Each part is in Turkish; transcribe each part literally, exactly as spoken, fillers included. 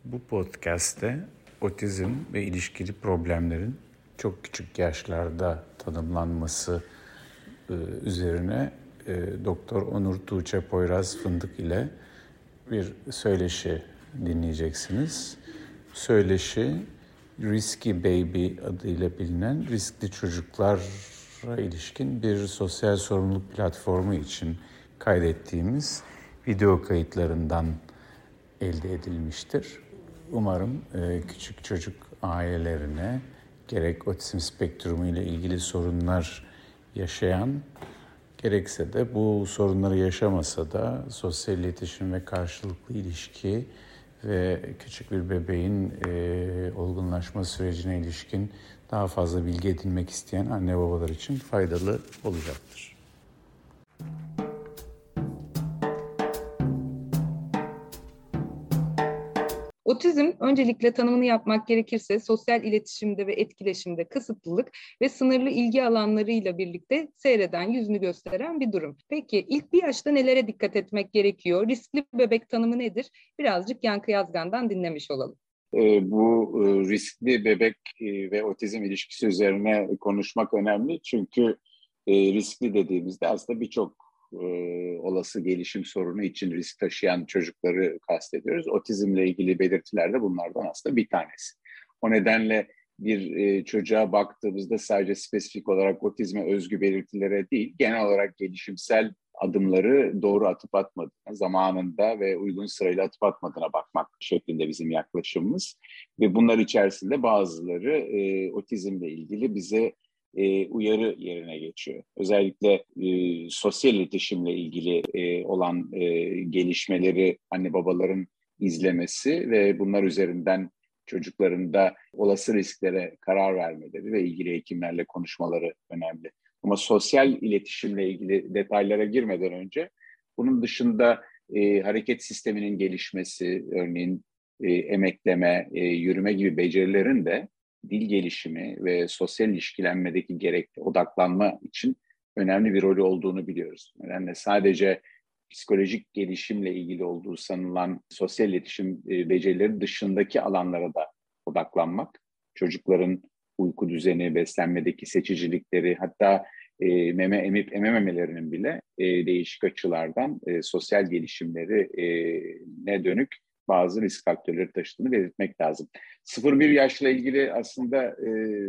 Bu podcast'te otizm ve ilişkili problemlerin çok küçük yaşlarda tanımlanması e, üzerine e, Doktor Onur Tuğçe Poyraz Fındık ile bir söyleşi dinleyeceksiniz. Söyleşi Risky Baby adıyla bilinen riskli çocuklara ilişkin bir sosyal sorumluluk platformu için kaydettiğimiz video kayıtlarından elde edilmiştir. Umarım e, küçük çocuk ailelerine gerek otizm spektrumu ile ilgili sorunlar yaşayan, gerekse de bu sorunları yaşamasa da sosyal iletişim ve karşılıklı ilişki ve küçük bir bebeğin e, olgunlaşma sürecine ilişkin daha fazla bilgi edinmek isteyen anne babalar için faydalı olacaktır. Otizm, öncelikle tanımını yapmak gerekirse sosyal iletişimde ve etkileşimde kısıtlılık ve sınırlı ilgi alanlarıyla birlikte seyreden, yüzünü gösteren bir durum. Peki ilk bir yaşta nelere dikkat etmek gerekiyor? Riskli bebek tanımı nedir? Birazcık Yankı Yazgan'dan dinlemiş olalım. E, bu e, riskli bebek e, ve otizm ilişkisi üzerine konuşmak önemli. Çünkü e, riskli dediğimizde aslında birçok e, olası gelişim sorunu için risk taşıyan çocukları kastediyoruz. Otizmle ilgili belirtiler de bunlardan aslında bir tanesi. O nedenle bir e, çocuğa baktığımızda sadece spesifik olarak otizme özgü belirtilere değil, genel olarak gelişimsel adımları doğru atıp atmadığına, zamanında ve uygun sırayla atıp atmadığına bakmak şeklinde bizim yaklaşımımız. Ve bunlar içerisinde bazıları e, otizmle ilgili bize e, uyarı yerine geçiyor. Özellikle e, sosyal iletişimle ilgili e, olan e, gelişmeleri anne babaların izlemesi ve bunlar üzerinden çocuklarında olası risklere karar vermeleri ve ilgili hekimlerle konuşmaları önemli. Ama sosyal iletişimle ilgili detaylara girmeden önce bunun dışında e, hareket sisteminin gelişmesi, örneğin e, emekleme, e, yürüme gibi becerilerin de dil gelişimi ve sosyal ilişkilenmedeki gerekli odaklanma için önemli bir rolü olduğunu biliyoruz. Yani sadece psikolojik gelişimle ilgili olduğu sanılan sosyal iletişim e, becerileri dışındaki alanlara da odaklanmak, çocukların uyku düzeni, beslenmedeki seçicilikleri, hatta e, meme emip emememelerinin bile e, değişik açılardan e, sosyal gelişimleri e, ne dönük bazı risk faktörleri taşıdığını belirtmek lazım. sıfır bir yaşla ilgili aslında e,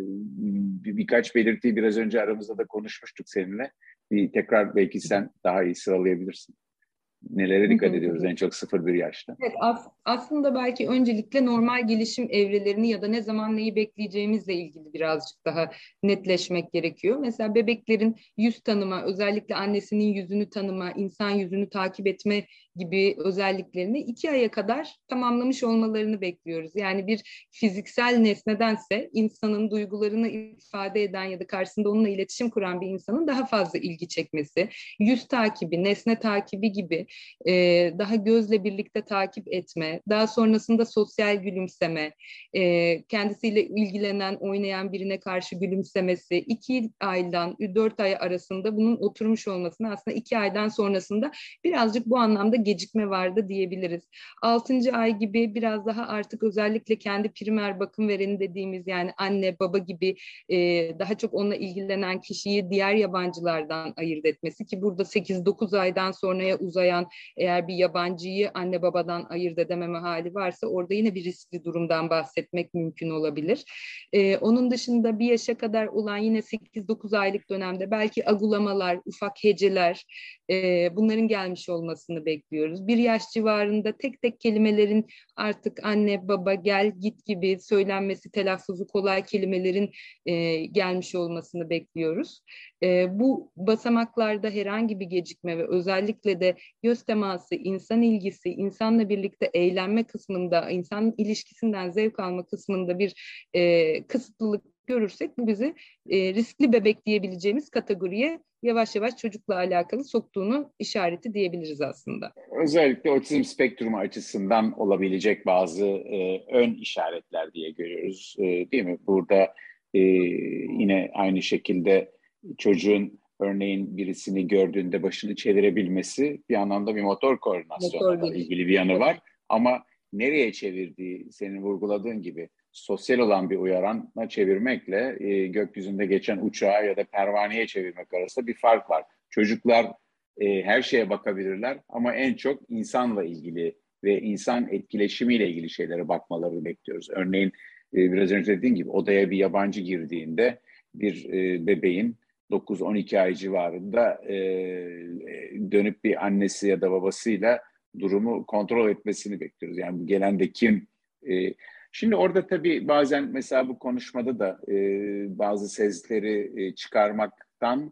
bir, birkaç belirtiyi biraz önce aramızda da konuşmuştuk seninle. Bir tekrar belki sen daha iyi sıralayabilirsin. Nelere dikkat ediyoruz en çok sıfır bir yaşta? Evet, as- aslında belki öncelikle normal gelişim evrelerini ya da ne zaman neyi bekleyeceğimizle ilgili birazcık daha netleşmek gerekiyor. Mesela bebeklerin yüz tanıma, özellikle annesinin yüzünü tanıma, insan yüzünü takip etme gibi özelliklerini iki aya kadar tamamlamış olmalarını bekliyoruz. Yani bir fiziksel nesnedense insanın duygularını ifade eden ya da karşısında onunla iletişim kuran bir insanın daha fazla ilgi çekmesi, yüz takibi, nesne takibi gibi e, daha gözle birlikte takip etme, daha sonrasında sosyal gülümseme, e, kendisiyle ilgilenen, oynayan birine karşı gülümsemesi, iki aydan dört ay arasında bunun oturmuş olmasını, aslında iki aydan sonrasında birazcık bu anlamda gecikme vardı diyebiliriz. Altıncı ay gibi biraz daha artık özellikle kendi primer bakım vereni dediğimiz, yani anne baba gibi e, daha çok onunla ilgilenen kişiyi diğer yabancılardan ayırt etmesi, ki burada sekiz dokuz aydan sonraya uzayan, eğer bir yabancıyı anne babadan ayırt edememe hali varsa orada yine bir riskli durumdan bahsetmek mümkün olabilir. Ee, onun dışında bir yaşa kadar olan yine sekiz dokuz aylık dönemde belki agulamalar, ufak heceler, e, bunların gelmiş olmasını bekliyoruz. Bir yaş civarında tek tek kelimelerin artık anne, baba, gel, git gibi söylenmesi, telaffuzu kolay kelimelerin e, gelmiş olmasını bekliyoruz. E, bu basamaklarda herhangi bir gecikme ve özellikle de göz teması, insan ilgisi, insanla birlikte eğlenme kısmında, insan ilişkisinden zevk alma kısmında bir e, kısıtlılık görürsek bu bizi e, riskli bebek diyebileceğimiz kategoriye yavaş yavaş çocukla alakalı soktuğunu işareti diyebiliriz aslında. Özellikle otizm spektrumu açısından olabilecek bazı e, ön işaretler diye görüyoruz, e, değil mi? Burada e, yine aynı şekilde çocuğun örneğin birisini gördüğünde başını çevirebilmesi bir anlamda bir motor koordinasyonla Motor ilgili bir yanı var. Ama nereye çevirdiği, senin vurguladığın gibi sosyal olan bir uyarana çevirmekle e, gökyüzünde geçen uçağa ya da pervaneye çevirmek arasında bir fark var. Çocuklar e, her şeye bakabilirler ama en çok insanla ilgili ve insan etkileşimiyle ilgili şeylere bakmalarını bekliyoruz. Örneğin e, biraz önce dediğim gibi odaya bir yabancı girdiğinde bir e, bebeğin dokuz on iki ay civarında e, dönüp bir annesi ya da babasıyla durumu kontrol etmesini bekliyoruz. Yani bu gelen de kim? E, şimdi orada tabii bazen mesela bu konuşmada da e, bazı sezleri e, çıkarmaktan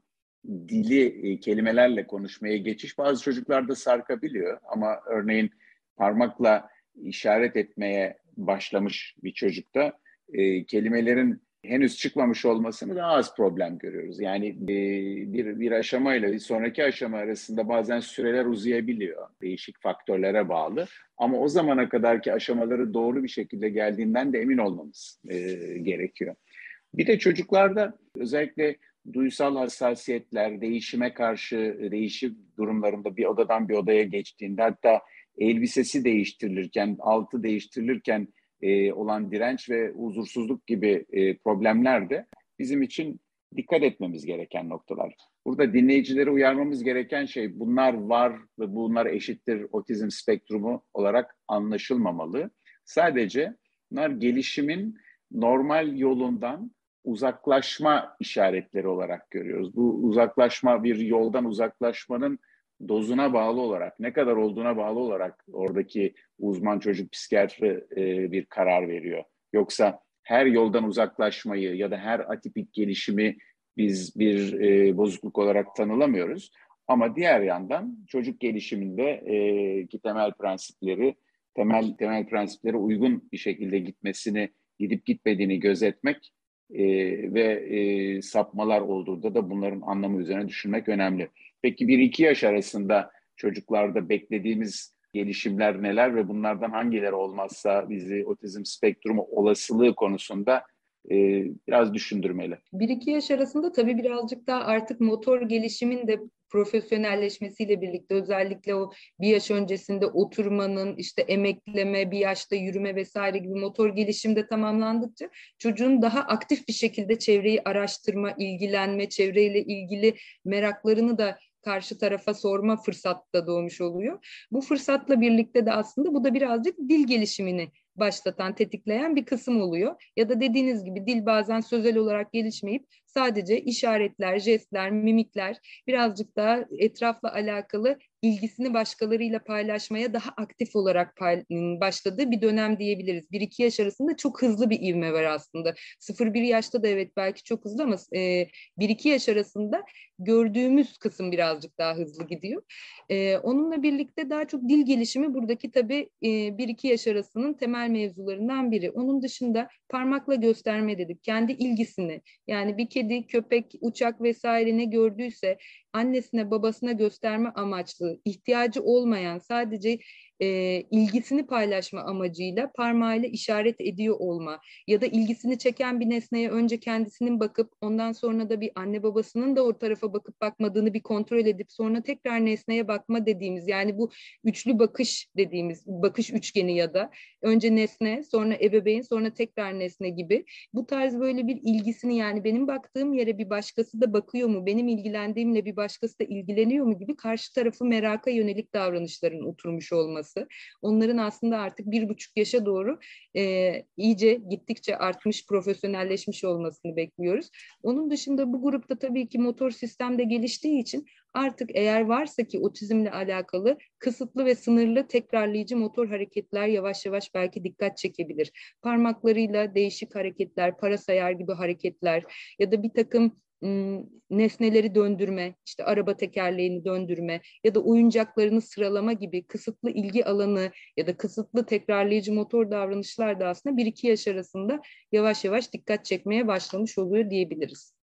dili e, kelimelerle konuşmaya geçiş bazı çocuklarda sarkabiliyor. Ama örneğin parmakla işaret etmeye başlamış bir çocukta e, kelimelerin henüz çıkmamış olmasını daha az problem görüyoruz. Yani e, bir, bir aşamayla bir sonraki aşama arasında bazen süreler uzayabiliyor. Değişik faktörlere bağlı. Ama o zamana kadarki aşamaları doğru bir şekilde geldiğinden de emin olmamız e, gerekiyor. Bir de çocuklarda özellikle duysal hassasiyetler, değişime karşı değişim durumlarında bir odadan bir odaya geçtiğinde, hatta elbisesi değiştirilirken, altı değiştirilirken e, olan direnç ve huzursuzluk gibi e, problemler de bizim için dikkat etmemiz gereken noktalar. Burada dinleyicileri uyarmamız gereken şey, bunlar var ve bunlar eşittir otizm spektrumu olarak anlaşılmamalı. Sadece bunlar gelişimin normal yolundan uzaklaşma işaretleri olarak görüyoruz. Bu uzaklaşma, bir yoldan uzaklaşmanın dozuna bağlı olarak, ne kadar olduğuna bağlı olarak oradaki uzman çocuk psikiyatri e, bir karar veriyor. Yoksa her yoldan uzaklaşmayı ya da her atipik gelişimi biz bir e, bozukluk olarak tanılamıyoruz. Ama diğer yandan çocuk gelişiminde e, ki temel prensipleri, temel temel prensiplere uygun bir şekilde gitmesini, gidip gitmediğini gözetmek e, ve e, sapmalar olduğunda da bunların anlamı üzerine düşünmek önemli. Peki bir iki yaş arasında çocuklarda beklediğimiz gelişimler neler ve bunlardan hangileri olmazsa bizi otizm spektrumu olasılığı konusunda e, biraz düşündürmeli? bir iki yaş arasında tabii birazcık daha artık motor gelişimin de profesyonelleşmesiyle birlikte, özellikle o bir yaş öncesinde oturmanın, işte emekleme, bir yaşta yürüme vesaire gibi motor gelişimde tamamlandıkça çocuğun daha aktif bir şekilde çevreyi araştırma, ilgilenme, çevreyle ilgili meraklarını da karşı tarafa sorma fırsatı da doğmuş oluyor. Bu fırsatla birlikte de aslında bu da birazcık dil gelişimini başlatan, tetikleyen bir kısım oluyor. Ya da dediğiniz gibi dil bazen sözel olarak gelişmeyip sadece işaretler, jestler, mimikler, birazcık daha etrafla alakalı ilgisini başkalarıyla paylaşmaya daha aktif olarak pay- başladığı bir dönem diyebiliriz. bir iki yaş arasında çok hızlı bir ivme var aslında. sıfır bir yaşta da evet belki çok hızlı ama e, bir iki yaş arasında gördüğümüz kısım birazcık daha hızlı gidiyor. E, onunla birlikte daha çok dil gelişimi buradaki tabii e, bir iki yaş arasının temel mevzularından biri. Onun dışında parmakla gösterme dedik. Kendi ilgisini, yani bir kedi, köpek, uçak vesaire ne gördüyse annesine babasına gösterme amaçlı, ihtiyacı olmayan, sadece e, ilgisini paylaşma amacıyla parmağıyla işaret ediyor olma ya da ilgisini çeken bir nesneye önce kendisinin bakıp ondan sonra da bir anne babasının da o tarafa bakıp bakmadığını bir kontrol edip sonra tekrar nesneye bakma dediğimiz, yani bu üçlü bakış dediğimiz bakış üçgeni ya da önce nesne, sonra ebeveyn, sonra tekrar nesne gibi bu tarz böyle bir ilgisini, yani benim baktığım yere bir başkası da bakıyor mu, benim ilgilendiğimle bir başkası da ilgileniyor mu gibi karşı tarafı meraka yönelik davranışların oturmuş olması, onların aslında artık bir buçuk yaşa doğru e, iyice gittikçe artmış, profesyonelleşmiş olmasını bekliyoruz. Onun dışında bu grupta tabii ki motor sistem de geliştiği için artık eğer varsa ki otizmle alakalı kısıtlı ve sınırlı tekrarlayıcı motor hareketler yavaş yavaş belki dikkat çekebilir. Parmaklarıyla değişik hareketler, para sayar gibi hareketler ya da bir takım ım, nesneleri döndürme, işte araba tekerleğini döndürme ya da oyuncaklarını sıralama gibi kısıtlı ilgi alanı ya da kısıtlı tekrarlayıcı motor davranışlar da aslında bir iki yaş arasında yavaş yavaş dikkat çekmeye başlamış oluyor diyebiliriz.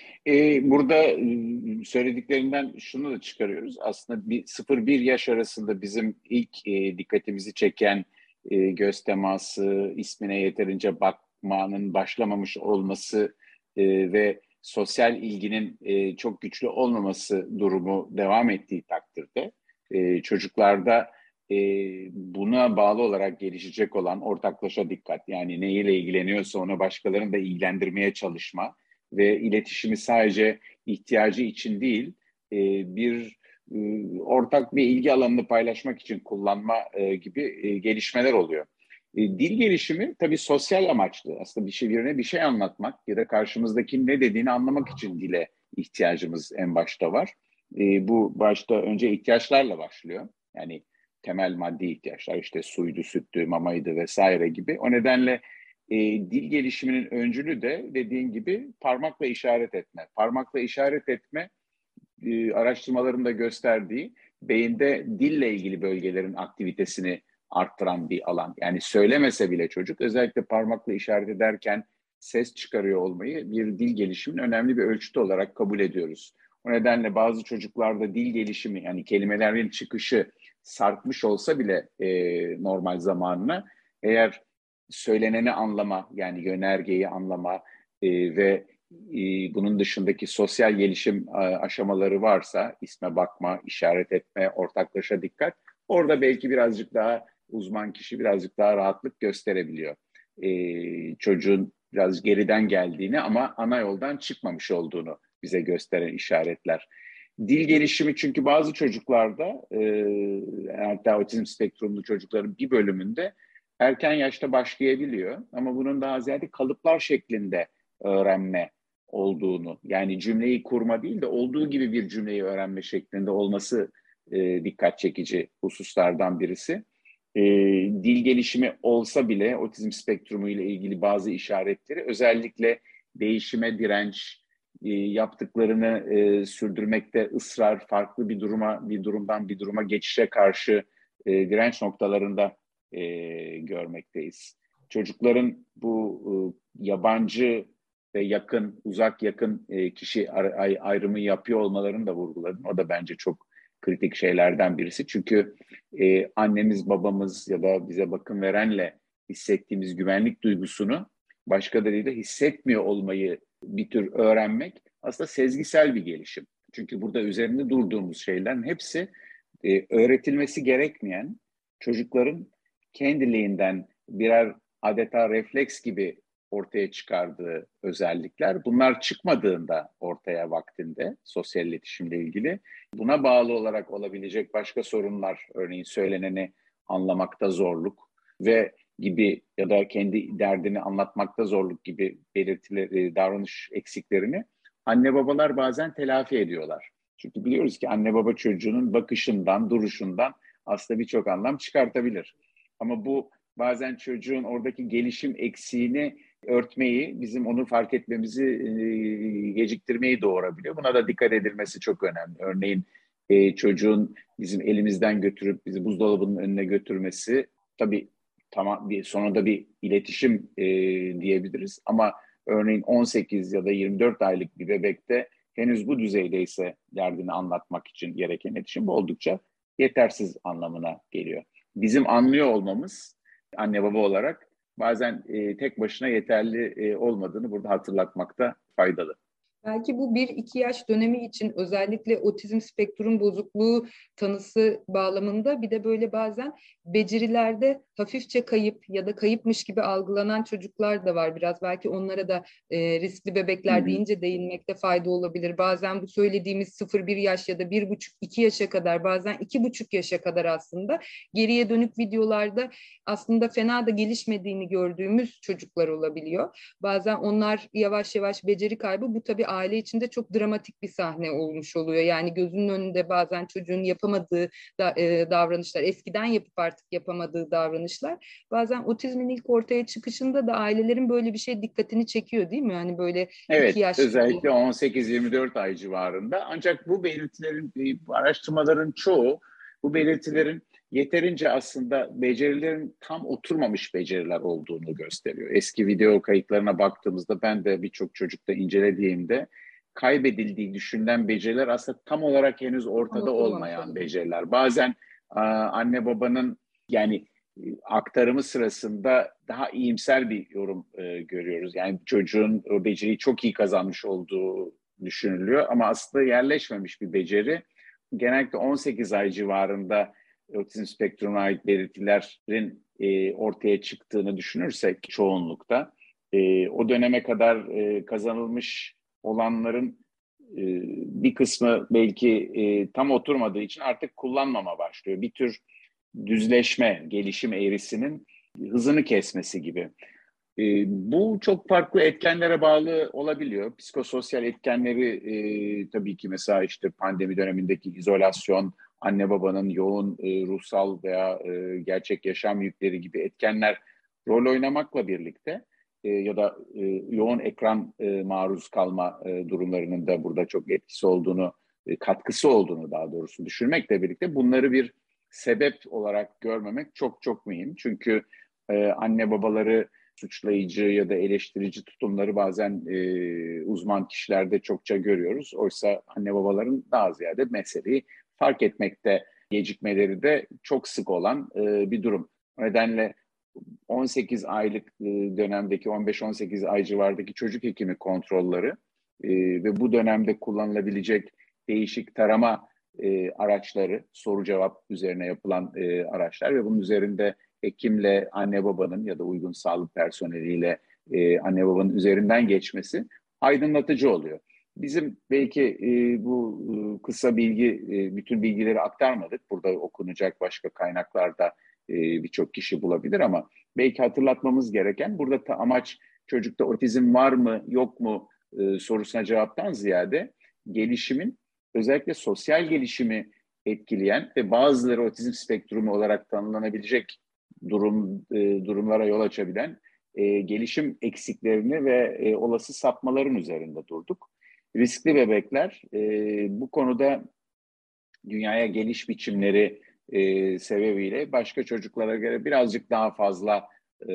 Ee, burada söylediklerinden şunu da çıkarıyoruz. Aslında bir sıfır bir yaş arasında bizim ilk e, dikkatimizi çeken e, göz teması, ismine yeterince bakmanın başlamamış olması e, ve sosyal ilginin e, çok güçlü olmaması durumu devam ettiği takdirde e, çocuklarda e, buna bağlı olarak gelişecek olan ortaklaşa dikkat, yani neyle ilgileniyorsa onu başkalarını da ilgilendirmeye çalışma ve iletişimi sadece ihtiyacı için değil, e, bir e, ortak bir ilgi alanını paylaşmak için kullanma e, gibi e, gelişmeler oluyor. E, dil gelişimi tabii sosyal amaçlı. Aslında bir şey birine bir şey anlatmak ya da karşımızdakinin ne dediğini anlamak için dile ihtiyacımız en başta var. E, bu başta önce ihtiyaçlarla başlıyor. Yani temel maddi ihtiyaçlar, işte suydu, süttü, mamaydı vesaire gibi. O nedenle e, dil gelişiminin öncülü de dediğin gibi parmakla işaret etme. Parmakla işaret etme e, araştırmaların da gösterdiği beyinde dille ilgili bölgelerin aktivitesini arttıran bir alan. Yani söylemese bile çocuk özellikle parmakla işaret ederken ses çıkarıyor olmayı bir dil gelişiminin önemli bir ölçütü olarak kabul ediyoruz. O nedenle bazı çocuklarda dil gelişimi, yani kelimelerin çıkışı sarkmış olsa bile e, normal zamanına, eğer söyleneni anlama, yani yönergeyi anlama e, ve e, bunun dışındaki sosyal gelişim e, aşamaları varsa, isme bakma, işaret etme, ortaklaşa dikkat, orada belki birazcık daha uzman kişi birazcık daha rahatlık gösterebiliyor. E, çocuğun biraz geriden geldiğini ama ana yoldan çıkmamış olduğunu bize gösteren işaretler. Dil gelişimi, çünkü bazı çocuklarda e, hatta otizm spektrumlu çocukların bir bölümünde erken yaşta başlayabiliyor. Ama bunun daha ziyade kalıplar şeklinde öğrenme olduğunu, yani cümleyi kurma değil de olduğu gibi bir cümleyi öğrenme şeklinde olması e, dikkat çekici hususlardan birisi. E, dil gelişimi olsa bile otizm spektrumu ile ilgili bazı işaretleri, özellikle değişime direnç, e, yaptıklarını e, sürdürmekte ısrar, farklı bir duruma bir durumdan bir duruma geçişe karşı e, direnç noktalarında e, görmekteyiz. Çocukların bu e, yabancı ve yakın, uzak yakın e, kişi ay, ayrımı yapıyor olmalarını da vurguladım. O da bence çok kritik şeylerden birisi. Çünkü e, annemiz, babamız ya da bize bakım verenle hissettiğimiz güvenlik duygusunu başkalarıyla hissetmiyor olmayı bir tür öğrenmek aslında sezgisel bir gelişim. Çünkü burada üzerinde durduğumuz şeylerin hepsi e, öğretilmesi gerekmeyen, çocukların kendiliğinden birer adeta refleks gibi ortaya çıkardığı özellikler. Bunlar çıkmadığında ortaya vaktinde sosyal iletişimle ilgili buna bağlı olarak olabilecek başka sorunlar, örneğin söyleneni anlamakta zorluk ve gibi ya da kendi derdini anlatmakta zorluk gibi belirtileri, davranış eksiklerini anne babalar bazen telafi ediyorlar. Çünkü biliyoruz ki anne baba çocuğunun bakışından, duruşundan aslında birçok anlam çıkartabilir. Ama bu bazen çocuğun oradaki gelişim eksiğini örtmeyi, bizim onu fark etmemizi e, geciktirmeyi doğurabiliyor. Buna da dikkat edilmesi çok önemli. Örneğin e, çocuğun bizim elimizden götürüp bizi buzdolabının önüne götürmesi, tabii tamam, bir sonunda bir iletişim e, diyebiliriz. Ama örneğin on sekiz ya da yirmi dört aylık bir bebekte henüz bu düzeydeyse derdini anlatmak için gereken iletişim bu oldukça yetersiz anlamına geliyor. Bizim anlıyor olmamız anne baba olarak bazen e, tek başına yeterli e, olmadığını burada hatırlatmakta faydalı. Belki bu bir iki yaş dönemi için özellikle otizm spektrum bozukluğu tanısı bağlamında bir de böyle bazen becerilerde hafifçe kayıp ya da kayıpmış gibi algılanan çocuklar da var. Biraz belki onlara da e, riskli bebekler deyince değinmekte fayda olabilir. Bazen bu söylediğimiz sıfır bir yaş ya da bir buçuk iki yaşa kadar, bazen iki buçuk yaşa kadar aslında geriye dönük videolarda aslında fena da gelişmediğini gördüğümüz çocuklar olabiliyor. Bazen onlar yavaş yavaş beceri kaybı, bu tabii aile içinde çok dramatik bir sahne olmuş oluyor. Yani gözünün önünde bazen çocuğun yapamadığı da, e, davranışlar, eskiden yapıp artık yapamadığı davranışlar. Bazen otizmin ilk ortaya çıkışında da ailelerin böyle bir şey dikkatini çekiyor, değil mi? Yani böyle evet, iki yaş. özellikle on sekiz yirmi dört ay civarında. Ancak bu belirtilerin, bu araştırmaların çoğu bu belirtilerin yeterince aslında becerilerin tam oturmamış beceriler olduğunu gösteriyor. Eski video kayıtlarına baktığımızda, ben de birçok çocukta incelediğimde kaybedildiği düşünülen beceriler aslında tam olarak henüz ortada olmayan beceriler. Bazen anne babanın yani aktarımı sırasında daha iyimser bir yorum e, görüyoruz. Yani çocuğun o beceriyi çok iyi kazanmış olduğu düşünülüyor ama aslında yerleşmemiş bir beceri. Genellikle on sekiz ay civarında otizm spektrumuna ait belirtilerin e, ortaya çıktığını düşünürsek çoğunlukta e, o döneme kadar e, kazanılmış olanların e, bir kısmı belki e, tam oturmadığı için artık kullanmama başlıyor. Bir tür düzleşme, gelişim eğrisinin hızını kesmesi gibi. E, bu çok farklı etkenlere bağlı olabiliyor. Psikososyal etkenleri e, tabii ki mesela işte pandemi dönemindeki izolasyon, anne babanın yoğun e, ruhsal veya e, gerçek yaşam yükleri gibi etkenler rol oynamakla birlikte e, ya da e, yoğun ekran e, maruz kalma e, durumlarının da burada çok etkisi olduğunu, e, katkısı olduğunu daha doğrusu düşünmekle birlikte bunları bir sebep olarak görmemek çok çok mühim. Çünkü e, anne babaları suçlayıcı ya da eleştirici tutumları bazen e, uzman kişilerde çokça görüyoruz. Oysa anne babaların daha ziyade meseleyi fark etmekte gecikmeleri de çok sık olan e, bir durum. O nedenle on sekiz aylık e, dönemdeki on beş on sekiz ay civardaki çocuk hekimi kontrolleri e, ve bu dönemde kullanılabilecek değişik tarama e, araçları, soru cevap üzerine yapılan e, araçlar ve bunun üzerinde hekimle anne babanın ya da uygun sağlık personeliyle e, anne babanın üzerinden geçmesi aydınlatıcı oluyor. Bizim belki e, bu e, kısa bilgi, e, bütün bilgileri aktarmadık. Burada okunacak başka kaynaklarda e, birçok kişi bulabilir ama belki hatırlatmamız gereken burada ta, amaç çocukta otizm var mı yok mu e, sorusuna cevaptan ziyade gelişimin özellikle sosyal gelişimi etkileyen ve bazıları otizm spektrumu olarak tanımlanabilecek durum e, durumlara yol açabilen e, gelişim eksiklerini ve e, olası sapmaların üzerinde durduk. Riskli bebekler e, bu konuda dünyaya geliş biçimleri e, sebebiyle başka çocuklara göre birazcık daha fazla e,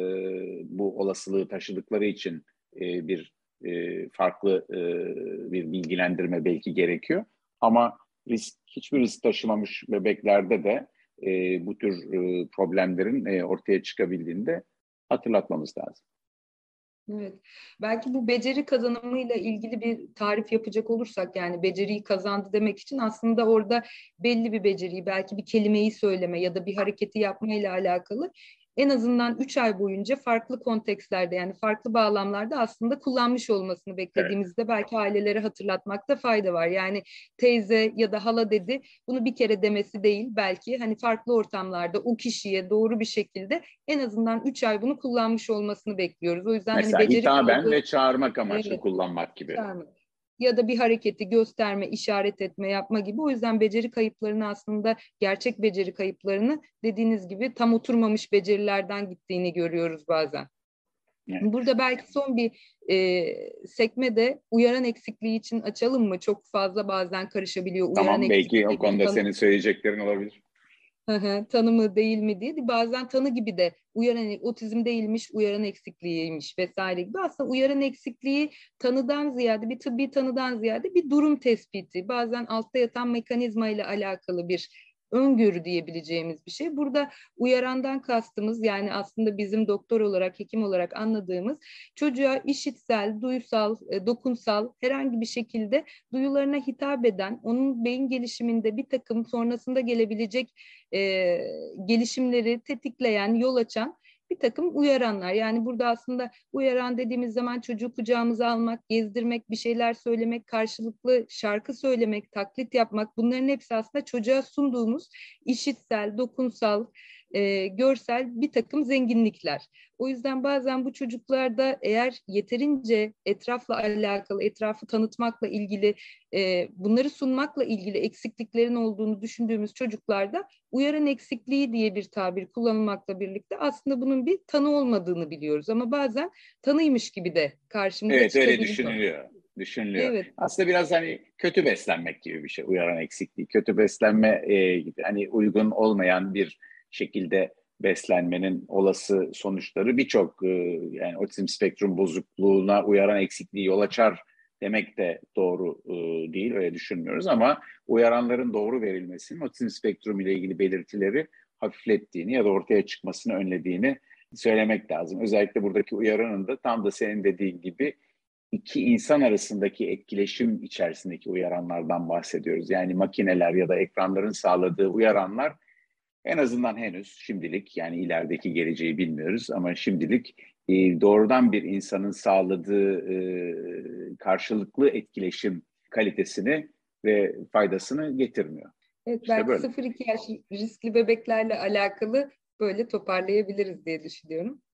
bu olasılığı taşıdıkları için e, bir e, farklı e, bir bilgilendirme belki gerekiyor. Ama risk hiçbir risk taşımamış bebeklerde de e, bu tür e, problemlerin e, ortaya çıkabildiğini de hatırlatmamız lazım. Evet. Belki bu beceri kazanımıyla ilgili bir tarif yapacak olursak, yani beceriyi kazandı demek için aslında orada belli bir beceriyi, belki bir kelimeyi söyleme ya da bir hareketi yapmayla alakalı en azından üç ay boyunca farklı kontekstlerde, yani farklı bağlamlarda aslında kullanmış olmasını beklediğimizde evet, belki ailelere hatırlatmakta fayda var. Yani teyze ya da hala dedi, bunu bir kere demesi değil, belki hani farklı ortamlarda o kişiye doğru bir şekilde en azından üç ay bunu kullanmış olmasını bekliyoruz. O yüzden mesela hani beceri hitaben kaybı, ve çağırmak amaçlı evet, kullanmak gibi. çağırmak ya da bir hareketi gösterme, işaret etme, yapma gibi. O yüzden beceri kayıplarını, aslında gerçek beceri kayıplarını dediğiniz gibi tam oturmamış becerilerden gittiğini görüyoruz bazen. Evet. Burada belki son bir e, sekme de uyaran eksikliği için açalım mı? Çok fazla bazen karışabiliyor. Uyaran tamam, belki o konuda tanı- senin söyleyeceklerin olabilir. Tanımı değil mi diye. Bazen tanı gibi de uyaran otizm değilmiş, uyaran eksikliğiymiş vesaire gibi. Aslında uyaran eksikliği tanıdan ziyade, bir tıbbi tanıdan ziyade bir durum tespiti, bazen altta yatan mekanizma ile alakalı bir öngörü diyebileceğimiz bir şey. Burada uyarandan kastımız, yani aslında bizim doktor olarak, hekim olarak anladığımız, çocuğa işitsel, duysal, dokunsal herhangi bir şekilde duyularına hitap eden, onun beyin gelişiminde bir takım sonrasında gelebilecek e, gelişimleri tetikleyen, yol açan bir takım uyaranlar. Yani burada aslında uyaran dediğimiz zaman çocuğu kucağımıza almak, gezdirmek, bir şeyler söylemek, karşılıklı şarkı söylemek, taklit yapmak, bunların hepsi aslında çocuğa sunduğumuz işitsel, dokunsal, e, görsel bir takım zenginlikler. O yüzden bazen bu çocuklarda eğer yeterince etrafla alakalı, etrafı tanıtmakla ilgili, e, bunları sunmakla ilgili eksikliklerin olduğunu düşündüğümüz çocuklarda uyaran eksikliği diye bir tabir kullanılmakla birlikte aslında bunun bir tanı olmadığını biliyoruz. Ama bazen tanıymış gibi de karşımıza evet, çıkabiliyor. Evet, öyle düşünülüyor. Düşünülüyor. Evet. Aslında biraz hani kötü beslenmek gibi bir şey, uyaran eksikliği. Kötü beslenme e, gibi, hani uygun olmayan bir şekilde beslenmenin olası sonuçları birçok, e, yani otizm spektrum bozukluğuna uyaran eksikliği yol açar demek de doğru e, değil, öyle düşünmüyoruz ama uyaranların doğru verilmesinin otizm spektrum ile ilgili belirtileri hafiflettiğini ya da ortaya çıkmasını önlediğini söylemek lazım. Özellikle buradaki uyaranın da tam da senin dediğin gibi iki insan arasındaki etkileşim içerisindeki uyaranlardan bahsediyoruz. Yani makineler ya da ekranların sağladığı uyaranlar En azından henüz şimdilik, yani ilerideki geleceği bilmiyoruz ama şimdilik e, doğrudan bir insanın sağladığı e, karşılıklı etkileşim kalitesini ve faydasını getirmiyor. Evet, İşte belki böyle. sıfır iki yaş riskli bebeklerle alakalı böyle toparlayabiliriz diye düşünüyorum.